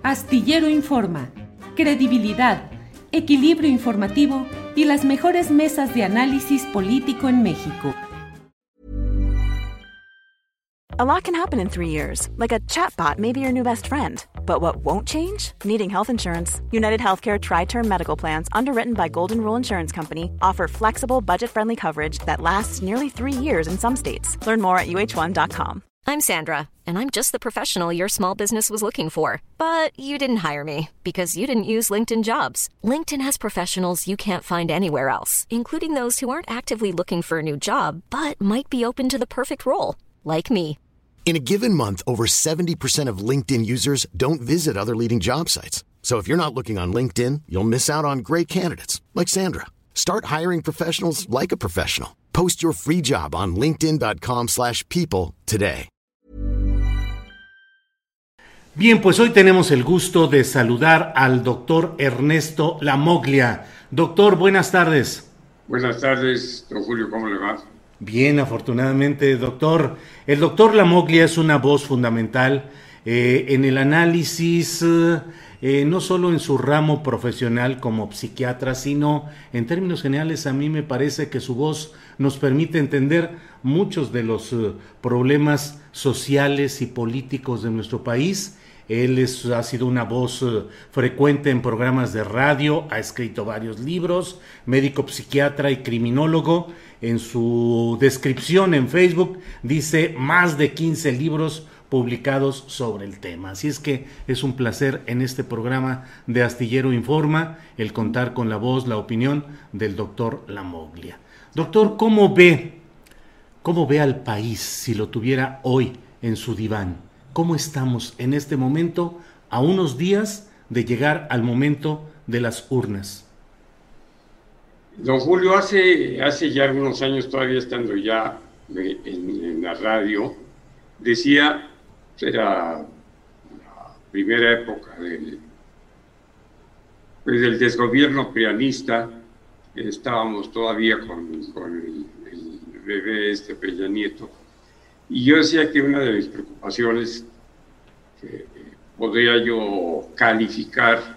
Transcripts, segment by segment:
Astillero Informa, credibilidad, equilibrio informativo y las mejores mesas de análisis político en México. A lot can happen in 3 years, like a chatbot may be your new best friend. But what won't change? Needing health insurance. United Healthcare Tri-Term Medical Plans, underwritten by Golden Rule Insurance Company, offer flexible, budget-friendly coverage that lasts nearly 3 years in some states. Learn more at uh1.com. I'm Sandra, and I'm just the professional your small business was looking for. But you didn't hire me because you didn't use LinkedIn Jobs. LinkedIn has professionals you can't find anywhere else, including those who aren't actively looking for a new job, but might be open to the perfect role, like me. In a given month, over 70% of LinkedIn users don't visit other leading job sites. So if you're not looking on LinkedIn, you'll miss out on great candidates like Sandra. Start hiring professionals like a professional. Post your free job on linkedin.com/people today. Bien, pues hoy tenemos el gusto de saludar al doctor Ernesto Lamoglia. Doctor, buenas tardes. Buenas tardes, don Julio, ¿cómo le va? Bien, afortunadamente, doctor. El doctor Lamoglia es una voz fundamental en el análisis, no solo en su ramo profesional como psiquiatra, sino en términos generales. A mí me parece que su voz nos permite entender muchos de los problemas sociales y políticos de nuestro país. Él ha sido una voz frecuente en programas de radio, ha escrito varios libros, médico psiquiatra y criminólogo. En su descripción en Facebook dice más de 15 libros publicados sobre el tema. Así es que es un placer en este programa de Astillero Informa el contar con la voz, la opinión del doctor Lamoglia. Doctor, ¿cómo ve al país si lo tuviera hoy en su diván? ¿Cómo estamos en este momento, a unos días de llegar al momento de las urnas? Don Julio, hace ya algunos años, todavía estando ya en la radio, decía, era la primera época del desgobierno prianista, estábamos todavía con el bebé Peña Nieto, y yo decía que una de mis preocupaciones, que podría yo calificar,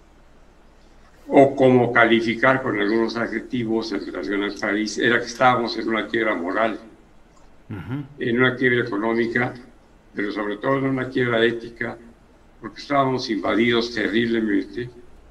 o como calificar con algunos adjetivos en relación al país, era que estábamos en una quiebra moral, en una quiebra económica, pero sobre todo en una quiebra ética, porque estábamos invadidos terriblemente,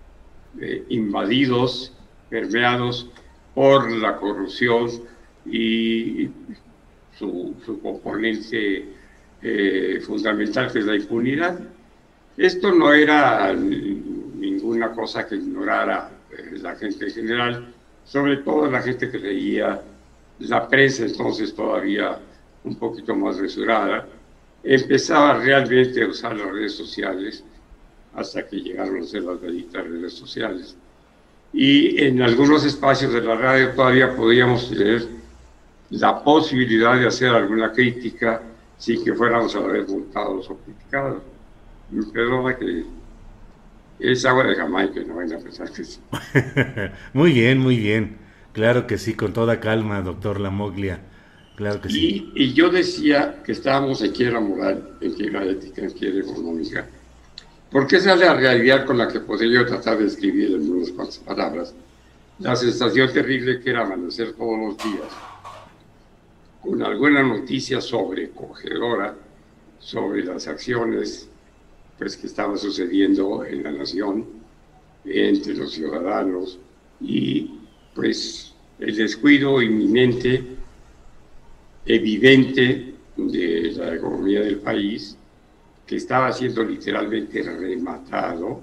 permeados por la corrupción y su componente fundamental, que es la impunidad. Esto no era ninguna cosa que ignorara la gente en general, sobre todo la gente que leía la prensa, entonces todavía un poquito más mesurada. Empezaba realmente a usar las redes sociales hasta que llegaron a ser las benditas redes sociales. Y en algunos espacios de la radio todavía podíamos tener la posibilidad de hacer alguna crítica sin que fuéramos a la vez multados o criticados. Me perdona que es agua de Jamaica, no vayan a pensar que sí. Muy bien. Claro que sí, con toda calma, doctor Lamoglia. Claro que sí. Y yo decía que estábamos en quiebra moral, en quiebra ética, en quiebra económica, porque esa es la realidad con la que podría yo tratar de escribir en unas cuantas palabras. La sensación terrible que era amanecer todos los días con alguna noticia sobrecogedora sobre las acciones que estaban sucediendo en la nación, entre los ciudadanos, y pues el descuido inminente, evidente, de la economía del país, que estaba siendo literalmente rematado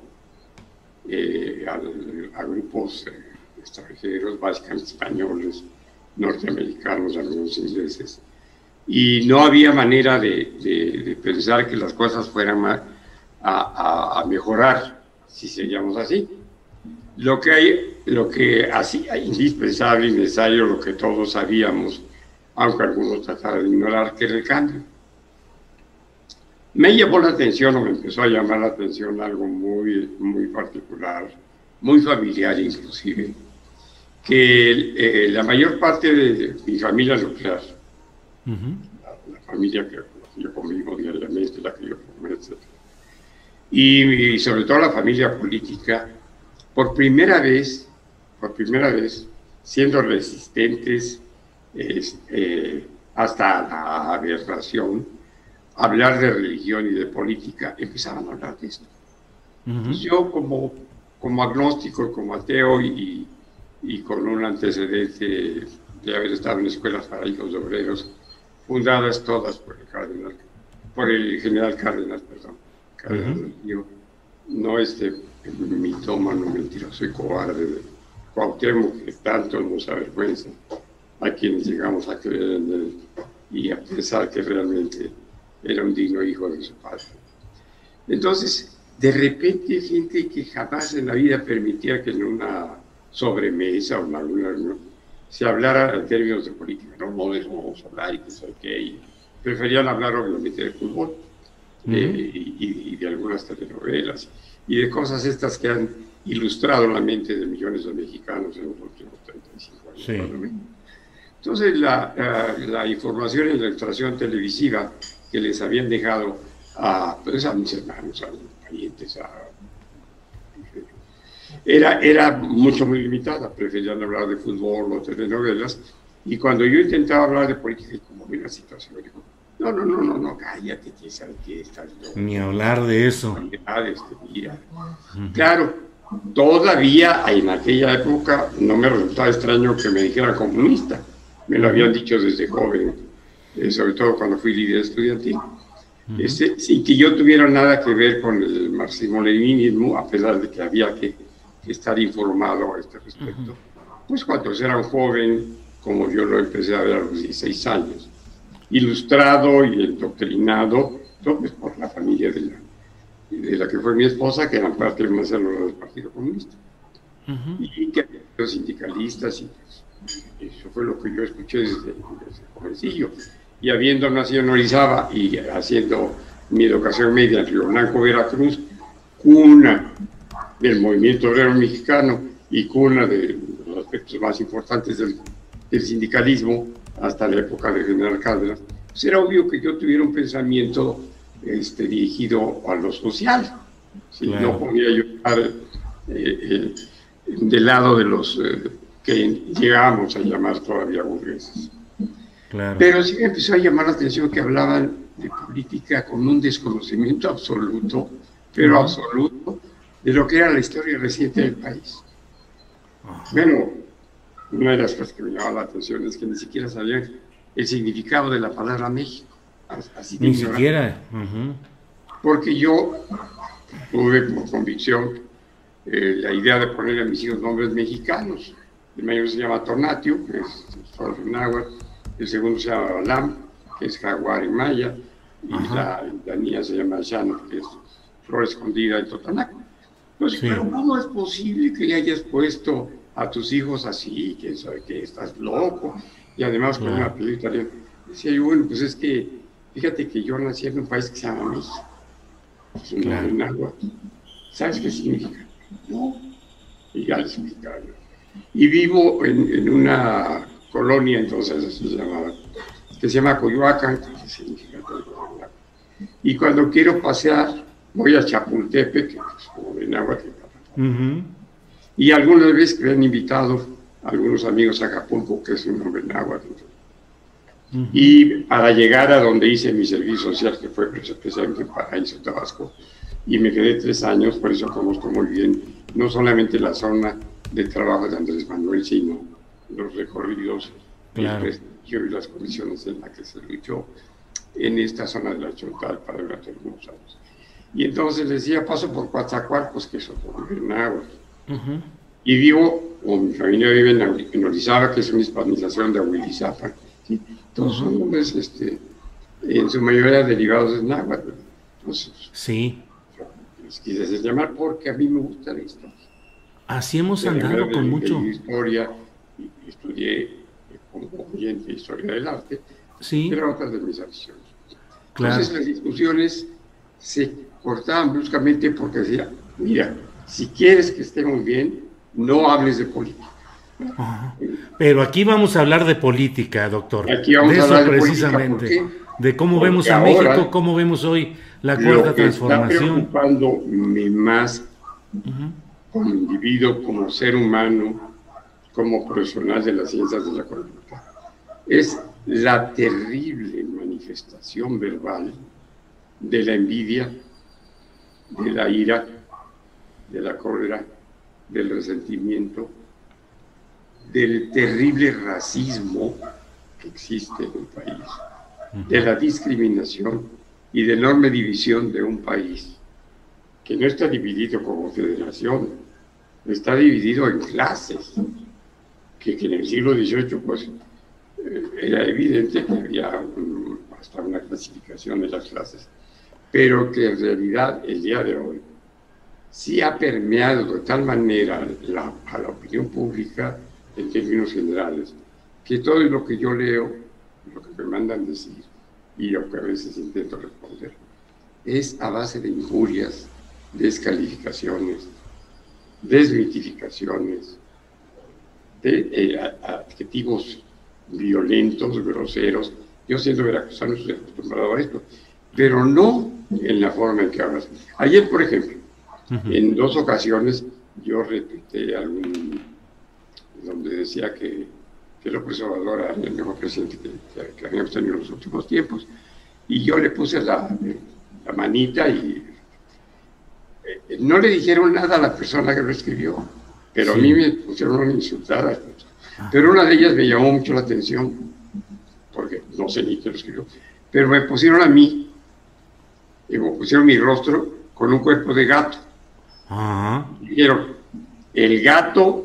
a grupos extranjeros, básicamente españoles, norteamericanos, algunos ingleses, y no había manera de pensar que las cosas fueran a mejorar, si seguíamos así. Lo que hacía indispensable y necesario, lo que todos sabíamos, aunque algunos trataban de ignorar, que era el cambio. Me llamó la atención, o me empezó a llamar la atención, algo muy, muy particular, muy familiar inclusive, que la mayor parte de mi familia nuclear, la familia que yo convivo diariamente, la que yo formo, etc., y sobre todo la familia política, por primera vez, siendo resistentes hasta la aberración, hablar de religión y de política, empezaban a hablar de esto. Pues yo como agnóstico, como ateo y con un antecedente de haber estado en escuelas para hijos de obreros, fundadas todas por el general Cárdenas, yo no mitómano, mentiroso y cobarde de Cuauhtémoc, que tanto nos avergüenza a quienes llegamos a creer en él y a pensar que realmente era un digno hijo de su padre. Entonces, de repente, gente que jamás en la vida permitía que en una sobremesa o en alguna reunión se hablara en términos de política. No dejamos hablar y que sé qué, y preferían hablar obviamente de fútbol y de algunas telenovelas y de cosas estas que han ilustrado la mente de millones de mexicanos en los últimos 35 años. Sí. Entonces, la información y la ilustración televisiva que les habían dejado a mis hermanos, a mis parientes, era muy limitada. Preferían hablar de fútbol o telenovelas, y cuando yo intentaba hablar de política, y como vi la situación, digo, no, cállate, que sabes que estás loco. Ni hablar de eso. Mira. Claro, todavía en aquella época no me resultaba extraño que me dijera comunista. Me lo habían dicho desde joven, sobre todo cuando fui líder estudiantil. Sin que yo tuviera nada que ver con el marxismo-leninismo, a pesar de que había que estar informado a este respecto. Pues cuando era un joven, como yo lo empecé a ver a los 16 años, ilustrado y endoctrinado pues, por la familia de la que fue mi esposa, que eran parte del Partido Comunista. Y que los sindicalistas, y pues, eso fue lo que yo escuché desde jovencillo. Y habiendo nacido en Orizaba y haciendo mi educación media en Río Blanco, Veracruz, cuna del movimiento obrero mexicano y cuna de los aspectos más importantes del sindicalismo hasta la época de General Cárdenas, pues era obvio que yo tuviera un pensamiento dirigido a lo social. ¿Sí? Claro. No podía yo estar del lado de los que llegábamos a llamar todavía burgueses. Claro. Pero sí me empezó a llamar la atención que hablaban de política con un desconocimiento absoluto, pero absoluto, de lo que era la historia reciente del país. Bueno, una de las cosas que me llamaba la atención es que ni siquiera sabían el significado de la palabra México. Así ni siquiera. Porque yo tuve como convicción la idea de ponerle a mis hijos nombres mexicanos. El mayor se llama Tonatio, que es náhuatl. El segundo se llama Balam, que es jaguar en maya, y la niña se llama Shana, que es flor escondida en Totanaco. Entonces, pero ¿cómo es posible que le hayas puesto a tus hijos así? ¿Quién sabe qué? Estás loco. Y además con una apellido italiano. Decía yo, bueno, pues es que, fíjate que yo nací en un país que se llama México. Es un nombre náhuatl. ¿Sabes qué significa? No. Y ya les explicaba. Y vivo en una colonia, entonces que se llama Coyoacán, que significa Coyoacán. Y cuando quiero pasear, voy a Chapultepec, que es como de náhuatl. Y algunas veces que me han invitado algunos amigos a Acapulco, que es un nombre náhuatl. Y para llegar a donde hice mi servicio social, que fue especialmente en Paraíso, Tabasco, y me quedé 3 años, por eso conozco muy bien, no solamente la zona de trabajo de Andrés Manuel, sino los recorridos, el prestigio y las condiciones en las que se luchó en esta zona de la Chontal para durante algunos años. Y entonces les decía, paso por Coatzacoalcos, que es otro náhuatl. Y vivo, o mi familia vive en Orizaba, que es una hispanización de Ahuilizapa. ¿Sí? Todos son nombres, en su mayoría derivados de náhuatl. Entonces, les quise hacer llamar porque a mí me gusta la historia. Así hemos andado con mucho. Historia, y estudié como oyente historia del arte, pero otras de mis aficiones. Entonces las discusiones se cortaban bruscamente porque decía, mira, si quieres que estemos bien, no hables de política. Pero aquí vamos a hablar de política, doctor. Aquí vamos de a eso hablar precisamente, de política, de cómo vemos a México, cómo vemos hoy la cuarta Lo que transformación. está preocupándome más como individuo, como ser humano, como profesional de las ciencias de la conducta, es la terrible manifestación verbal de la envidia, de la ira, de la cólera, del resentimiento, del terrible racismo que existe en el país, de la discriminación y de enorme división de un país que no está dividido como federación, está dividido en clases, que en el siglo XVIII pues era evidente que había hasta una clasificación de las clases, pero que en realidad el día de hoy sí ha permeado de tal manera a la opinión pública en términos generales, que todo lo que yo leo, lo que me mandan decir y lo que a veces intento responder, es a base de injurias, descalificaciones, desmitificaciones, de adjetivos violentos, groseros. Yo siendo veracruzano estoy acostumbrado a esto, pero no en la forma en que hablas. Ayer, por ejemplo, en 2 ocasiones yo repetí algún donde decía que López Obrador era el mejor presidente que habíamos tenido en los últimos tiempos, y yo le puse la manita y no le dijeron nada a la persona que lo escribió, pero a mí me pusieron una insultada. Pero una de ellas me llamó mucho la atención, porque no sé ni quién lo escribió, pero me pusieron a mí, y me pusieron mi rostro con un cuerpo de gato. Dijeron, el gato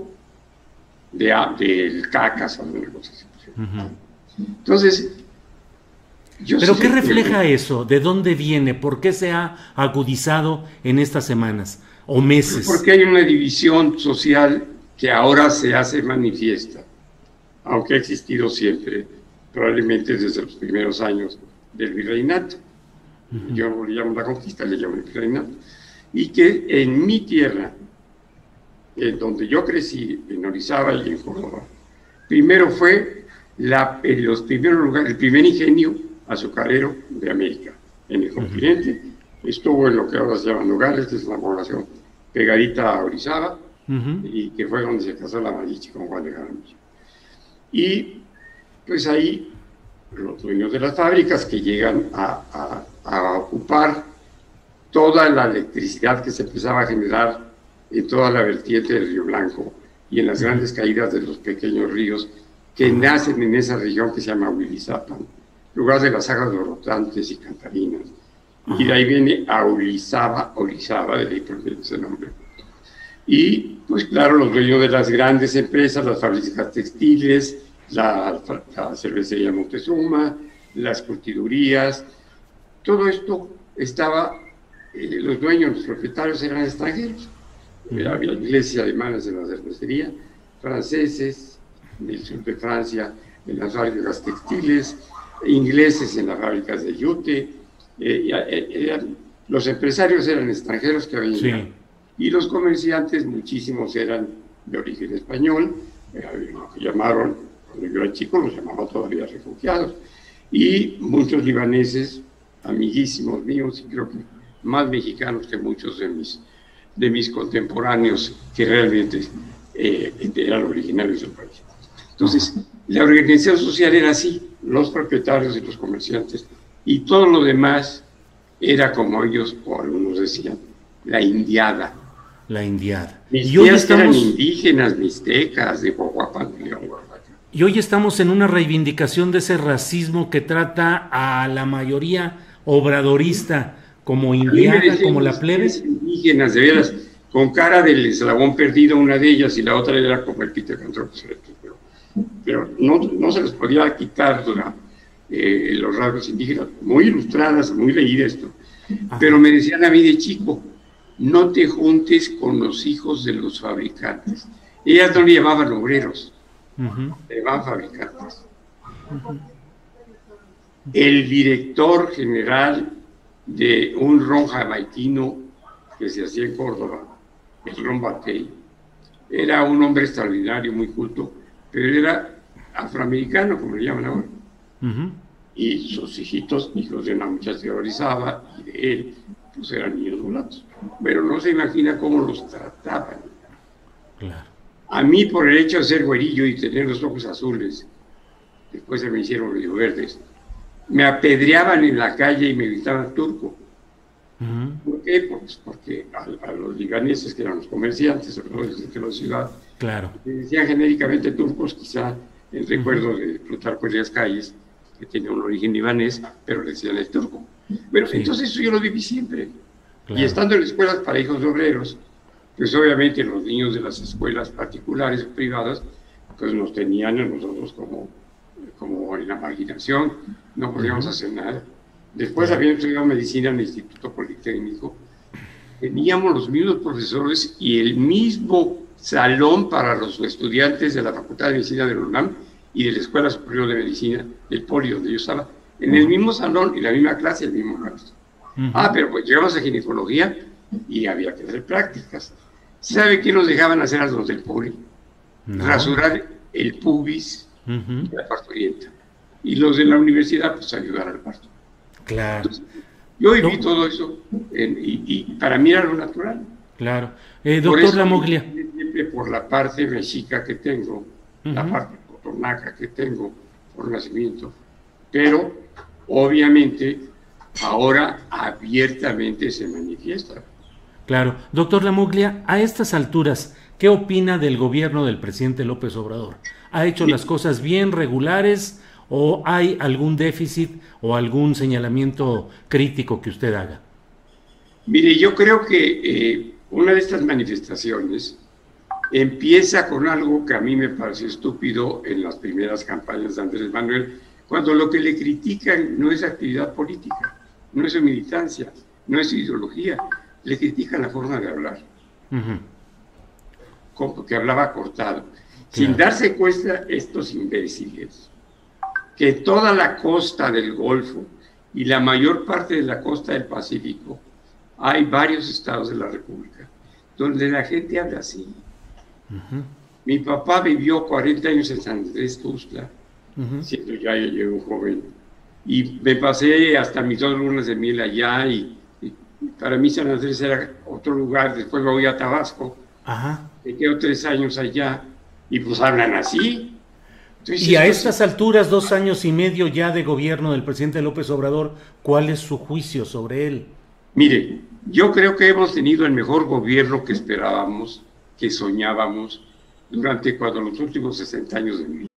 del cacas o alguna cosa así. Entonces, ¿pero qué refleja eso? ¿De dónde viene? ¿Por qué se ha agudizado en estas semanas o meses? Porque hay una división social que ahora se hace manifiesta, aunque ha existido siempre, probablemente desde los primeros años del virreinato. Yo no le llamo la conquista, le llamo el virreinato. Y que en mi tierra, en donde yo crecí, en Orizaba y en Córdoba, primero fue los primeros lugares, el primer ingenio azucarero de América, en el continente. Estuvo en lo que ahora se llama Nogales, que es una población pegadita a Orizaba, y que fue donde se casó la Marichi con Juan de Jaramillo. Y pues ahí los dueños de las fábricas que llegan a ocupar toda la electricidad que se empezaba a generar en toda la vertiente del Río Blanco y en las grandes caídas de los pequeños ríos que nacen en esa región que se llama Huilizapan, lugar de las aguas brotantes y cantarinas. Y de ahí viene a Orizaba, de ahí proviene ese nombre. Y pues claro, los dueños de las grandes empresas, las fábricas textiles, la cervecería Montezuma, las curtidurías, todo esto estaba, los dueños, los propietarios eran extranjeros. Había ingleses y alemanes en la cervecería, franceses del sur de Francia en las fábricas textiles, ingleses en las fábricas de yute. Los empresarios eran extranjeros que habían llegado, y los comerciantes, muchísimos eran de origen español, lo que llamaron, cuando yo era chico, los llamaban todavía refugiados, y muchos libaneses, amiguísimos míos, y creo que más mexicanos que muchos de mis contemporáneos que realmente eran originarios del país. Entonces, la organización social era así, los propietarios y los comerciantes, y todo lo demás era como ellos, o algunos decían, la indiada. La indiada. Mis tías eran indígenas, mixtecas, de Coahuapan, de León, Oaxaca. Y hoy estamos en una reivindicación de ese racismo que trata a la mayoría obradorista como indiana, como la plebe. Indígenas, de veras, con cara del eslabón perdido, una de ellas, y la otra era como el Peter Cantropos, pero no se les podía quitar los rasgos indígenas, muy ilustradas, muy leídas esto. Pero me decían a mí de chico, no te juntes con los hijos de los fabricantes. Ellas no le llamaban obreros, le llamaban fabricantes. El director general de un ron jamaiquino que se hacía en Córdoba, el ron Batey, era un hombre extraordinario, muy culto, pero era afroamericano, como le llaman ahora. y sus hijitos, hijos de una muchacha que Orizaba y de él, pues eran niños mulatos. Pero no se imagina cómo los trataban. Claro. A mí, por el hecho de ser güerillo y tener los ojos azules, después se me hicieron medio verdes, me apedreaban en la calle y me gritaban turco. ¿Por qué? Pues porque a los libaneses, que eran los comerciantes, los de la ciudad, claro, decían genéricamente turcos, quizá en recuerdo de Plutarco Elías Calles, que tenía un origen libanés, pero le decían el turco. Bueno, sí. Entonces eso yo lo viví siempre. Claro. Y estando en escuelas para hijos de obreros, pues obviamente los niños de las escuelas particulares o privadas, pues nos tenían a nosotros como en la marginación, no podíamos hacer nada. Después había estudiado medicina en el Instituto Politécnico, teníamos los mismos profesores y el mismo salón para los estudiantes de la Facultad de Medicina de la UNAM y de la Escuela Superior de Medicina del Poli, donde yo estaba, en el mismo salón y la misma clase, el mismo maestro. Pero pues llegamos a ginecología y había que hacer prácticas. ¿Sabe qué nos dejaban hacer a los del Poli? No. Rasurar el pubis de la parturienta. Y los de la universidad, pues ayudar al parto. Claro. Entonces, yo viví todo eso y para mí era lo natural. Claro. Doctor Lamoglia. Siempre por la parte mexica que tengo, la parte cotonaca que tengo por nacimiento, pero obviamente ahora abiertamente se manifiesta. Claro. Doctor Lamoglia, a estas alturas, ¿qué opina del gobierno del presidente López Obrador? ¿Ha hecho las cosas bien, regulares, o hay algún déficit o algún señalamiento crítico que usted haga? Mire, yo creo que una de estas manifestaciones empieza con algo que a mí me pareció estúpido en las primeras campañas de Andrés Manuel, cuando lo que le critican no es actividad política, no es su militancia, no es su ideología, le critican la forma de hablar, como que hablaba cortado, sin darse cuenta estos imbéciles, que toda la costa del Golfo y la mayor parte de la costa del Pacífico, hay varios estados de la República donde la gente habla así. Mi papá vivió 40 años en San Andrés Tuxtla, siendo ya yo llegué un joven, y me pasé hasta mis 2 lunas de miel allá, y para mí San Andrés era otro lugar. Después me voy a Tabasco, me quedo 3 años allá, y pues hablan así. Entonces, y a estas alturas, 2 años y medio ya de gobierno del presidente López Obrador, ¿cuál es su juicio sobre él? Mire, yo creo que hemos tenido el mejor gobierno que esperábamos, que soñábamos durante los últimos 60 años de mi vida.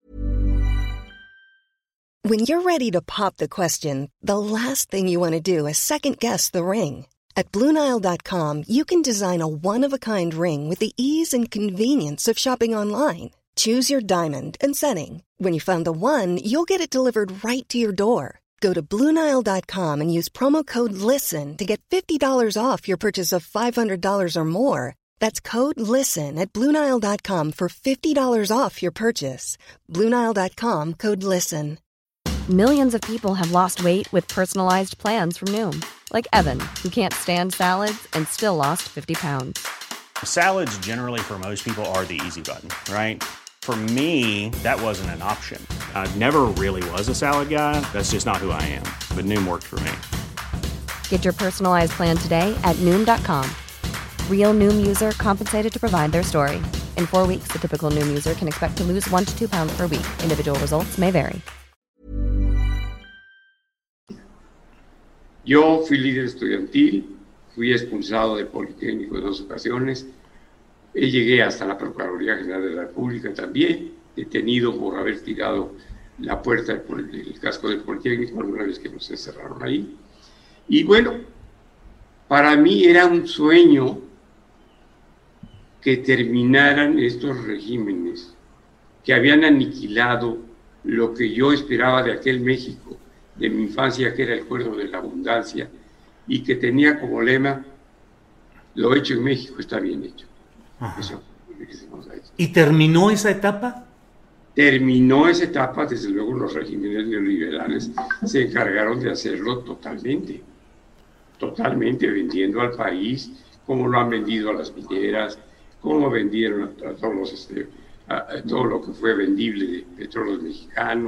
When you're ready to pop the question, the last thing you want to do is second guess the ring. At BlueNile.com, you can design a one-of-a-kind ring with the ease and convenience of shopping online. Choose your diamond and setting. When you find the one, you'll get it delivered right to your door. Go to BlueNile.com and use promo code LISTEN to get $50 off your purchase of $500 or more. That's code LISTEN at BlueNile.com for $50 off your purchase. BlueNile.com, code LISTEN. Millions of people have lost weight with personalized plans from Noom. Like Evan, who can't stand salads and still lost 50 pounds. Salads generally for most people are the easy button, right? For me, that wasn't an option. I never really was a salad guy. That's just not who I am. But Noom worked for me. Get your personalized plan today at Noom.com. Real Noom user compensated to provide their story. In 4 weeks, the typical Noom user can expect to lose 1 to 2 pounds per week. Individual results may vary. Yo fui líder estudiantil, fui expulsado del Politécnico en 2 ocasiones. Llegué hasta la Procuraduría General de la República también, detenido por haber tirado la puerta del casco del Politécnico alguna vez que nos encerraron ahí. Y bueno, para mí era un sueño que terminaran estos regímenes que habían aniquilado lo que yo esperaba de aquel México, de mi infancia, que era el cuerdo de la abundancia, y que tenía como lema: lo hecho en México está bien hecho. Eso, ¿y terminó esa etapa? Terminó esa etapa, desde luego los regímenes neoliberales se encargaron de hacerlo totalmente, vendiendo al país como lo han vendido a las mineras, como vendieron a todos todo lo que fue vendible de petróleos mexicanos,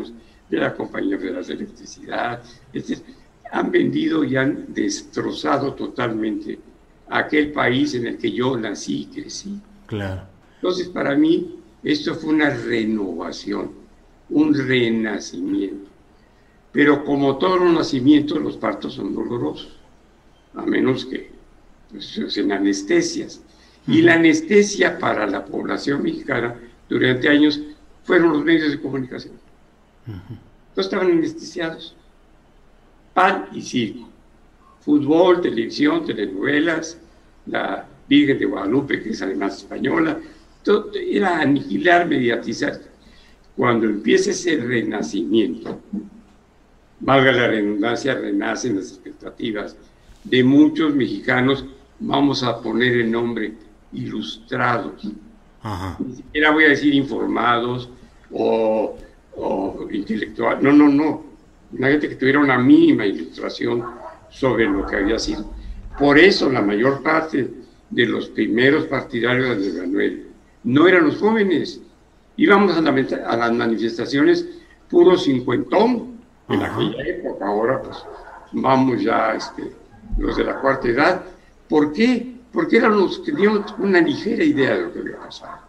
de la Compañía Federal de Electricidad, han vendido y han destrozado totalmente aquel país en el que yo nací y crecí. Claro. Entonces, para mí, esto fue una renovación, un renacimiento. Pero como todos los nacimientos, los partos son dolorosos, a menos que se usen anestesias. Y la anestesia para la población mexicana durante años fueron los medios de comunicación. Todos estaban anestesiados. Pan y circo. Fútbol, televisión, telenovelas, la Virgen de Guadalupe, que es además española. Todo era aniquilar, mediatizar. Cuando empieza ese renacimiento, valga la redundancia, renacen las expectativas de muchos mexicanos, vamos a poner el nombre, ilustrados. Ajá. Ni siquiera voy a decir informados o intelectuales. No. Una gente que tuviera una mínima ilustración sobre lo que había sido. Por eso la mayor parte de los primeros partidarios de Andrés Manuel no eran los jóvenes. Íbamos a las manifestaciones puro cincuentón en aquella época. Ahora pues vamos ya los de la cuarta edad. ¿Por qué? Porque eran los que tenían una ligera idea de lo que había pasado.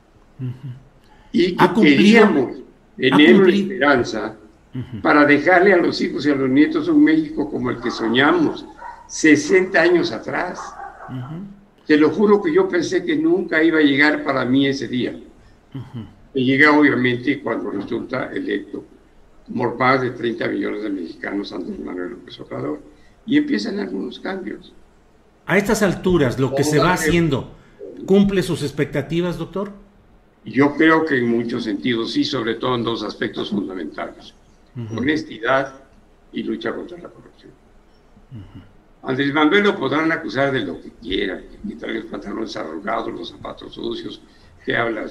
Y que queríamos tener una esperanza para dejarle a los hijos y a los nietos un México como el que soñamos 60 años atrás. Te lo juro que yo pensé que nunca iba a llegar para mí ese día. Y llega obviamente cuando resulta electo por más de 30 millones de mexicanos Andrés Manuel López Obrador. Y empiezan algunos cambios. A estas alturas, lo que se va haciendo, ¿cumple sus expectativas, doctor? Yo creo que en muchos sentidos sí, sobre todo en dos aspectos fundamentales. Honestidad y lucha contra la corrupción. Andrés Manuel lo podrán acusar de lo que quieran, que traiga los pantalones arrugados, los zapatos sucios, que habla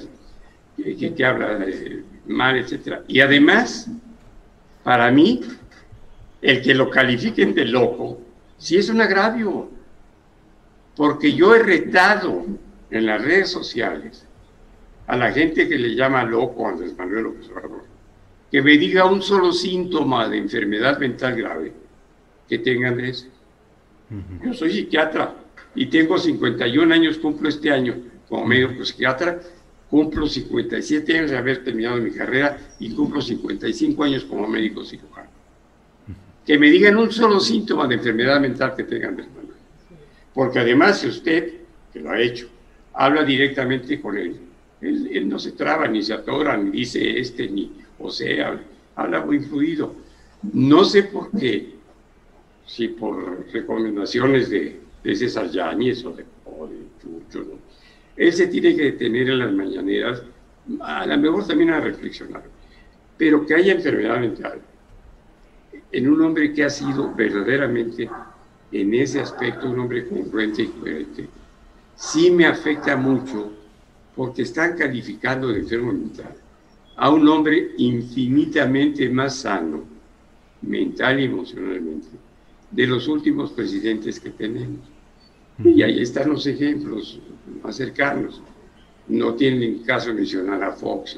mal, etc. Y además, para mí, el que lo califiquen de loco, sí es un agravio, porque yo he retado en las redes sociales a la gente que le llama loco a Andrés Manuel López Obrador, que me diga un solo síntoma de enfermedad mental grave que tenga Andrés. Yo soy psiquiatra y tengo 51 años, cumplo este año como médico psiquiatra, cumplo 57 años de haber terminado mi carrera y cumplo 55 años como médico cirujano. Que me digan un solo síntoma de enfermedad mental que tenga Andrés Manuel. Porque además, si usted, que lo ha hecho, habla directamente con él no se traba, ni se atora, ni dice o sea, habla muy fluido. No sé por qué, si por recomendaciones de César Yáñez o de Chucho, ¿no? Él se tiene que detener en las mañaneras, a lo mejor también a reflexionar, pero que haya enfermedad mental en un hombre que ha sido verdaderamente, en ese aspecto, un hombre congruente y coherente, sí me afecta mucho, porque están calificando de enfermo mental a un hombre infinitamente más sano, mental y emocionalmente, de los últimos presidentes que tenemos. Y ahí están los ejemplos más cercanos. No tienen caso mencionar a Fox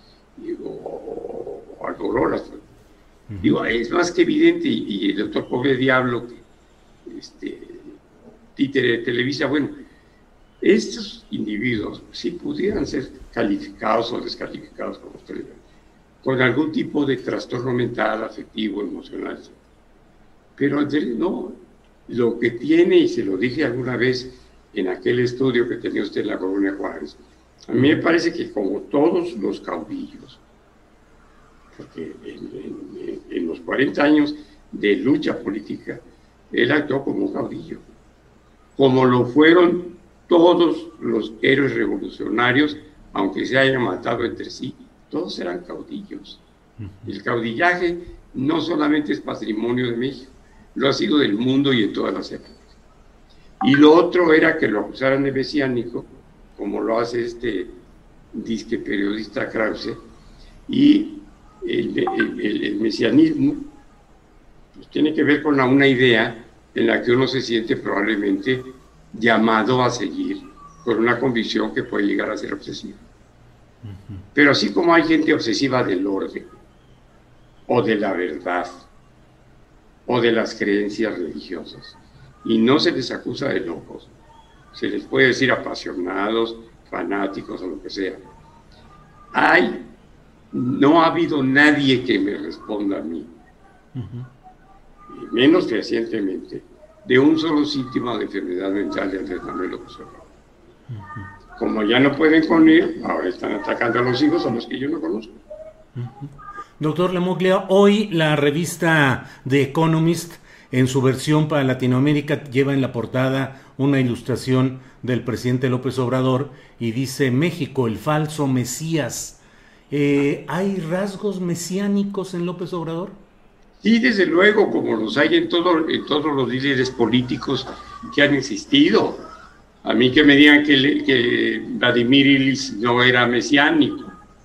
o a Corolla. Digo, es más que evidente, y el doctor Pobre Diablo, títere de Televisa, bueno, estos individuos sí pudieran ser calificados o descalificados como ustedes, con algún tipo de trastorno mental, afectivo, emocional. Pero Andrés no, lo que tiene, y se lo dije alguna vez en aquel estudio que tenía usted en la Colonia Juárez, a mí me parece que como todos los caudillos, porque en los 40 años de lucha política, él actuó como un caudillo, como lo fueron todos los héroes revolucionarios, aunque se hayan matado entre sí, todos eran caudillos. El caudillaje no solamente es patrimonio de México, lo ha sido del mundo y en todas las épocas. Y lo otro era que lo acusaran de mesiánico, como lo hace disque periodista Krause, y el mesianismo pues, tiene que ver con una idea en la que uno se siente probablemente llamado a seguir con una convicción que puede llegar a ser obsesiva. Pero así como hay gente obsesiva del orden, o de la verdad o de las creencias religiosas. Y no se les acusa de locos, se les puede decir apasionados, fanáticos o lo que sea. No ha habido nadie que me responda a mí, y menos recientemente, de un solo síntoma de enfermedad mental de Andrés Manuel López Obrador. Como ya no pueden con él, ahora están atacando a los hijos, a los que yo no conozco. Doctor Lamoglia, hoy la revista The Economist, en su versión para Latinoamérica, lleva en la portada una ilustración del presidente López Obrador y dice: México, el falso Mesías. ¿Hay rasgos mesiánicos en López Obrador? Sí, desde luego, como los hay en todos los líderes políticos que han existido. A mí que me digan que Vladimir Ilich no era mesiánico,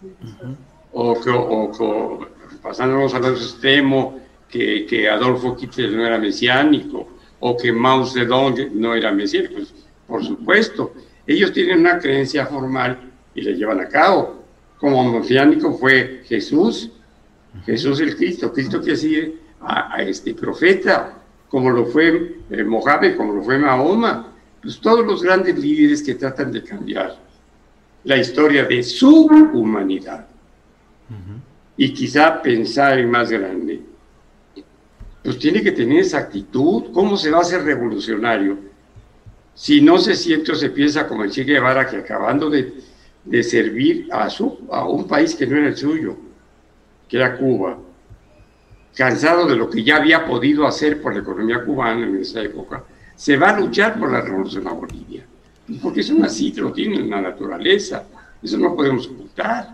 o pasándonos al otro extremo, que Adolfo Hitler no era mesiánico, o que Mao Zedong no era mesiánico. Pues, por supuesto, ellos tienen una creencia formal y la llevan a cabo. Como mesiánico fue Jesús el Cristo que sigue a este profeta, como lo fue Mohammed, como lo fue Mahoma. Pues todos los grandes líderes que tratan de cambiar la historia de su humanidad y quizá pensar en más grande, pues tiene que tener esa actitud. ¿Cómo se va a hacer revolucionario si no se siente o se piensa como el Che Guevara, que acabando de servir a un país que no era el suyo, que era Cuba, cansado de lo que ya había podido hacer por la economía cubana en esa época, se va a luchar por la revolución a Bolivia? Porque eso así, lo tiene en la naturaleza, eso no podemos ocultar.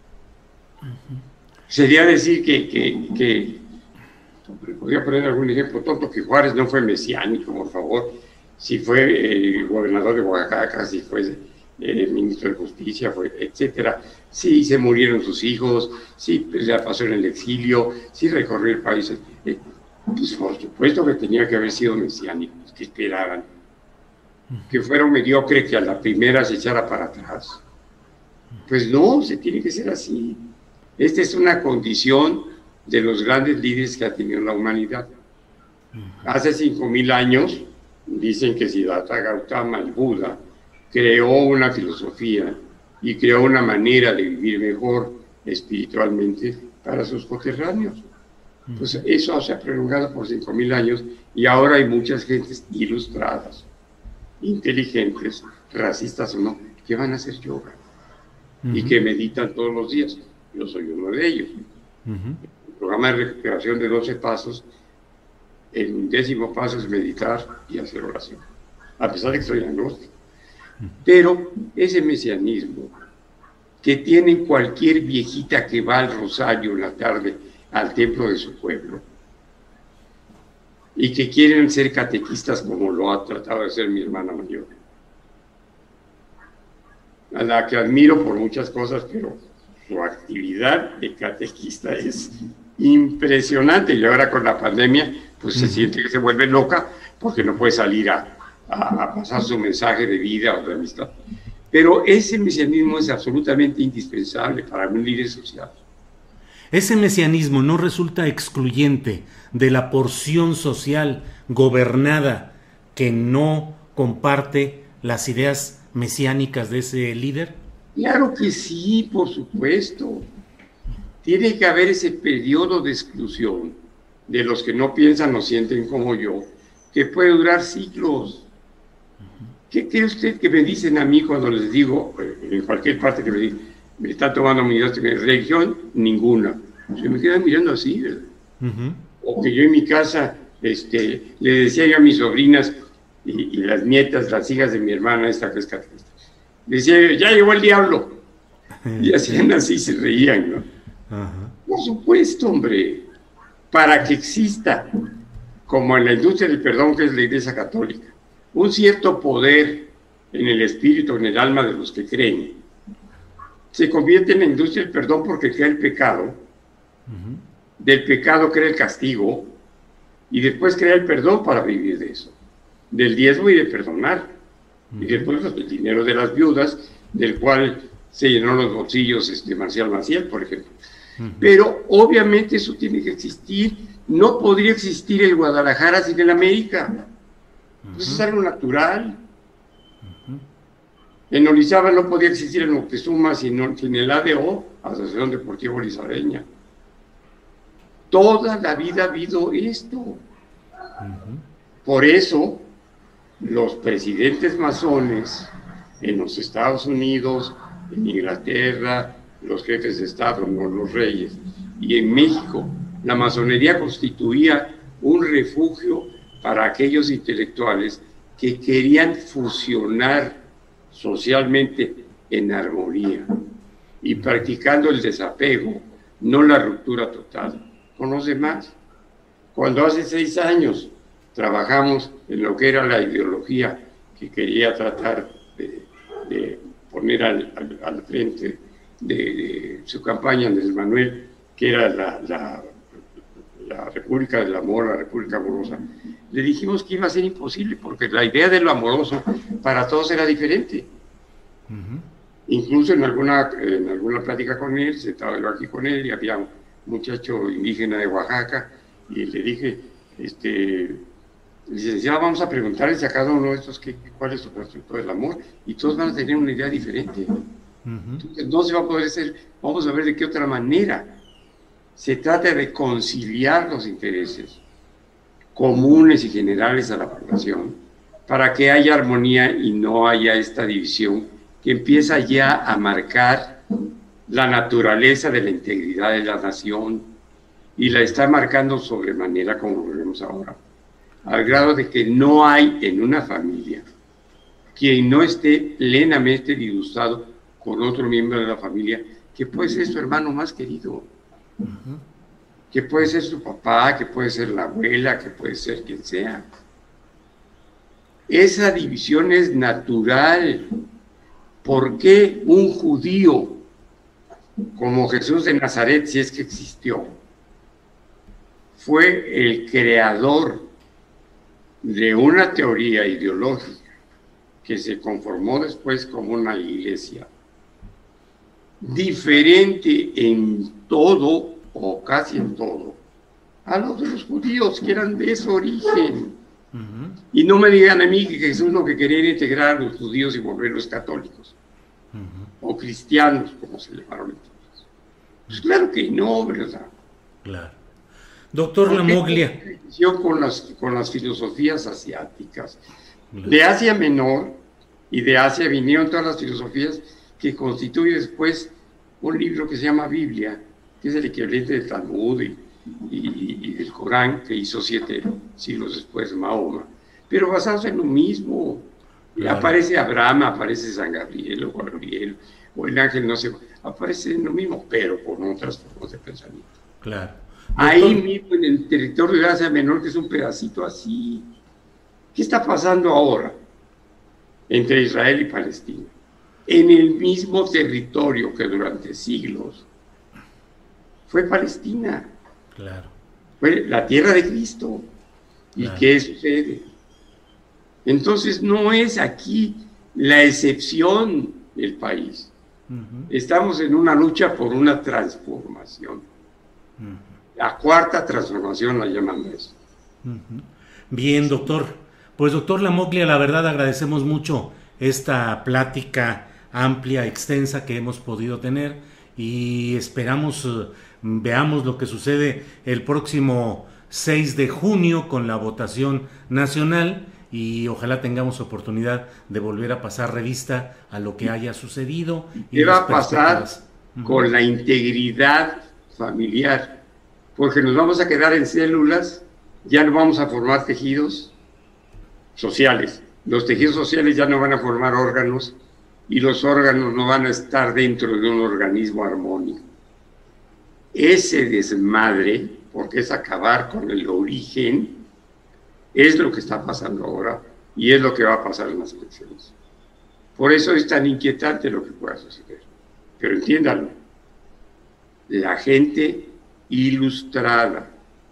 Sería decir que podría poner algún ejemplo tonto, que Juárez no fue mesiánico, por favor, si fue gobernador de Oaxaca, si fue ministro de Justicia, etcétera, si se murieron sus hijos, si la pasó en el exilio, si recorrió el país, pues por supuesto que tenía que haber sido mesiánico. Que esperaban que fuera un mediocre que a la primera se echara para atrás. Pues no, se tiene que ser así. Esta es una condición de los grandes líderes que ha tenido la humanidad. Hace 5,000 años dicen que Siddhartha Gautama, el Buda, creó una filosofía y creó una manera de vivir mejor espiritualmente para sus coterráneos. Pues eso se ha prolongado por 5,000 años y ahora hay muchas gentes ilustradas, inteligentes, racistas o no, que van a hacer yoga y que meditan todos los días. Yo soy uno de ellos. El programa de recuperación de 12 pasos, el 10º paso es meditar y hacer oración, a pesar de que soy agnóstico. Pero ese mesianismo que tiene cualquier viejita que va al rosario en la tarde al templo de su pueblo y que quieren ser catequistas como lo ha tratado de ser mi hermana mayor, a la que admiro por muchas cosas, pero su actividad de catequista es impresionante, y ahora con la pandemia pues se siente que se vuelve loca porque no puede salir a pasar su mensaje de vida o de amistad. Pero ese mesianismo es absolutamente indispensable para un líder social. ¿Ese mesianismo no resulta excluyente de la porción social gobernada que no comparte las ideas mesiánicas de ese líder? Claro que sí, por supuesto. Tiene que haber ese periodo de exclusión de los que no piensan o sienten como yo, que puede durar siglos. ¿Qué cree usted que me dicen a mí cuando les digo, en cualquier parte que me están tomando mi religión? Ninguna. Se me quedan mirando así, ¿verdad? O que yo en mi casa le decía yo a mis sobrinas y las nietas, las hijas de mi hermana, esta que es catequista, decía yo, ya llegó el diablo. Y hacían así, se reían, ¿no? Por supuesto, hombre, para que exista, como en la industria del perdón, que es la Iglesia Católica, un cierto poder en el espíritu, en el alma de los que creen, se convierte en la industria del perdón porque crea el pecado, del pecado crea el castigo, y después crea el perdón para vivir de eso, del diezmo y de perdonar, y después el dinero de las viudas, del cual se llenó los bolsillos Marcial Maciel, por ejemplo. Pero obviamente eso tiene que existir. No podría existir el Guadalajara sin el América. Pues es algo natural. En Orizaba no podía existir el Moctezuma sin el ADO, Asociación Deportiva Olizareña. Toda la vida ha habido esto. Por eso, los presidentes masones en los Estados Unidos, en Inglaterra, los jefes de Estado, no los reyes, y en México, la masonería constituía un refugio para aquellos intelectuales que querían fusionar socialmente en armonía y practicando el desapego, no la ruptura total con los demás. Cuando hace 6 años trabajamos en lo que era la ideología que quería tratar de poner al frente de su campaña, Andrés Manuel, que era la República del Amor, la República Amorosa, le dijimos que iba a ser imposible porque la idea de lo amoroso para todos era diferente. Incluso en alguna plática con él, sentado yo aquí con él, y había un muchacho indígena de Oaxaca, y le dije, licenciado, vamos a preguntarles a cada uno de estos cuál es su concepto del amor, y todos van a tener una idea diferente. Entonces no se va a poder hacer, vamos a ver de qué otra manera. Se trata de conciliar los intereses comunes y generales a la población para que haya armonía y no haya esta división que empieza ya a marcar la naturaleza de la integridad de la nación y la está marcando sobremanera como lo vemos ahora, al grado de que no hay en una familia quien no esté plenamente disgustado con otro miembro de la familia, que puede ser su hermano más querido, que puede ser su papá, que puede ser la abuela, que puede ser quien sea. Esa división es natural. ¿Por qué un judío como Jesús de Nazaret, si es que existió, fue el creador de una teoría ideológica que se conformó después como una iglesia, diferente en todo, o casi en todo, a los de los judíos que eran de ese origen? Y no me digan a mí que Jesús lo que quería era integrar a los judíos y volverlos católicos, o cristianos, como se llamaron entonces. Pues claro que no, ¿verdad? Claro. Doctor Lamoglia. Con las filosofías asiáticas. Claro. De Asia Menor y de Asia vinieron todas las filosofías que constituye después un libro que se llama Biblia, que es el equivalente del Talmud y del Corán, que hizo 7 siglos después Mahoma, pero basados en lo mismo. Claro. Aparece Abraham, aparece San Gabriel o Gabriel, o el ángel, no sé, aparece en lo mismo, pero con otras formas de pensamiento. Claro. Ahí mismo en el territorio de Asia Menor, que es un pedacito así. ¿Qué está pasando ahora entre Israel y Palestina? En el mismo territorio que durante siglos fue Palestina. Claro. Fue la tierra de Cristo. ¿Y claro, qué sucede? Entonces no es aquí la excepción del país. Estamos en una lucha por una transformación. La cuarta transformación la llaman eso. Bien, doctor. Pues doctor Lamoglia, la verdad agradecemos mucho esta plática amplia, extensa que hemos podido tener y esperamos veamos lo que sucede el próximo 6 de junio con la votación nacional y ojalá tengamos oportunidad de volver a pasar revista a lo que haya sucedido. ¿Qué va a pasar con la integridad familiar? Porque nos vamos a quedar en células, ya no vamos a formar tejidos sociales. Los tejidos sociales ya no van a formar órganos y los órganos no van a estar dentro de un organismo armónico. Ese desmadre, porque es acabar con el origen, es lo que está pasando ahora y es lo que va a pasar en las elecciones. Por eso es tan inquietante lo que pueda suceder. Pero entiéndanlo, la gente ilustrada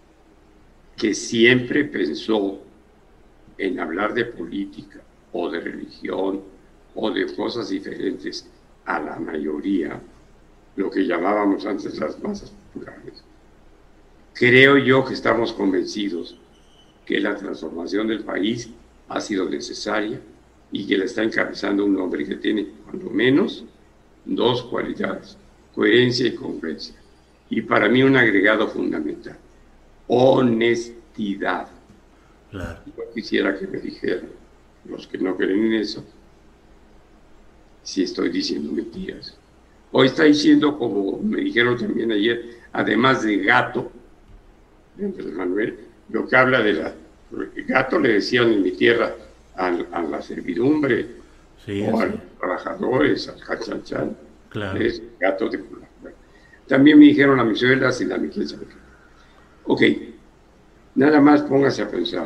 que siempre pensó en hablar de política o de religión o de cosas diferentes a la mayoría, lo que llamábamos antes las masas populares. Creo yo que estamos convencidos que la transformación del país ha sido necesaria y que la está encabezando un hombre que tiene, cuando menos, dos cualidades: coherencia y congruencia. Y para mí un agregado fundamental: honestidad. Claro. Yo quisiera que me dijeran, los que no creen en eso, si estoy diciendo mentiras. Hoy está diciendo, como me dijeron también ayer, además de gato, Andrés Manuel, lo que habla de la... Gato le decían en mi tierra a la servidumbre, sí, o sí, a los trabajadores, al chalchán. claro. Es gato de... También me dijeron a mis suegras y la Miguel. Ok, nada más póngase a pensar,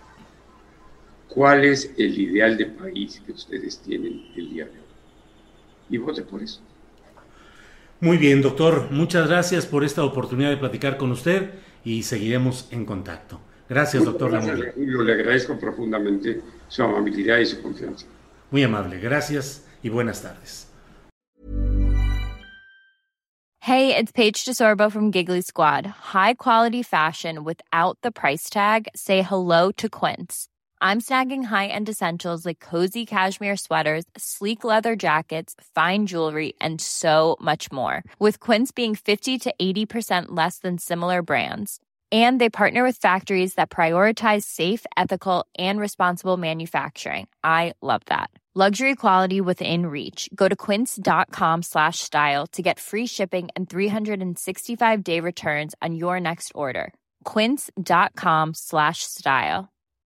¿cuál es el ideal de país que ustedes tienen el día de hoy? Y vote por eso. Muy bien, doctor. Muchas gracias por esta oportunidad de platicar con usted y seguiremos en contacto. Gracias, doctor Lamoglia. Julio, le agradezco profundamente su amabilidad y su confianza. Muy amable. Gracias y buenas tardes. Hey, it's Paige DeSorbo from Giggly Squad. High quality fashion without the price tag. Say hello to Quince. I'm snagging high-end essentials like cozy cashmere sweaters, sleek leather jackets, fine jewelry, and so much more. With Quince being 50 to 80% less than similar brands. And they partner with factories that prioritize safe, ethical, and responsible manufacturing. I love that. Luxury quality within reach. Go to quince.com/style to get free shipping and 365-day returns on your next order. Quince.com/style.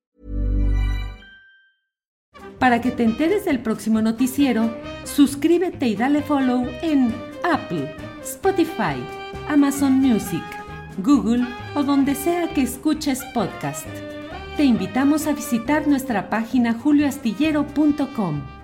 Para que te enteres del próximo noticiero, suscríbete y dale follow en Apple, Spotify, Amazon Music, Google o donde sea que escuches podcast. Te invitamos a visitar nuestra página julioastillero.com.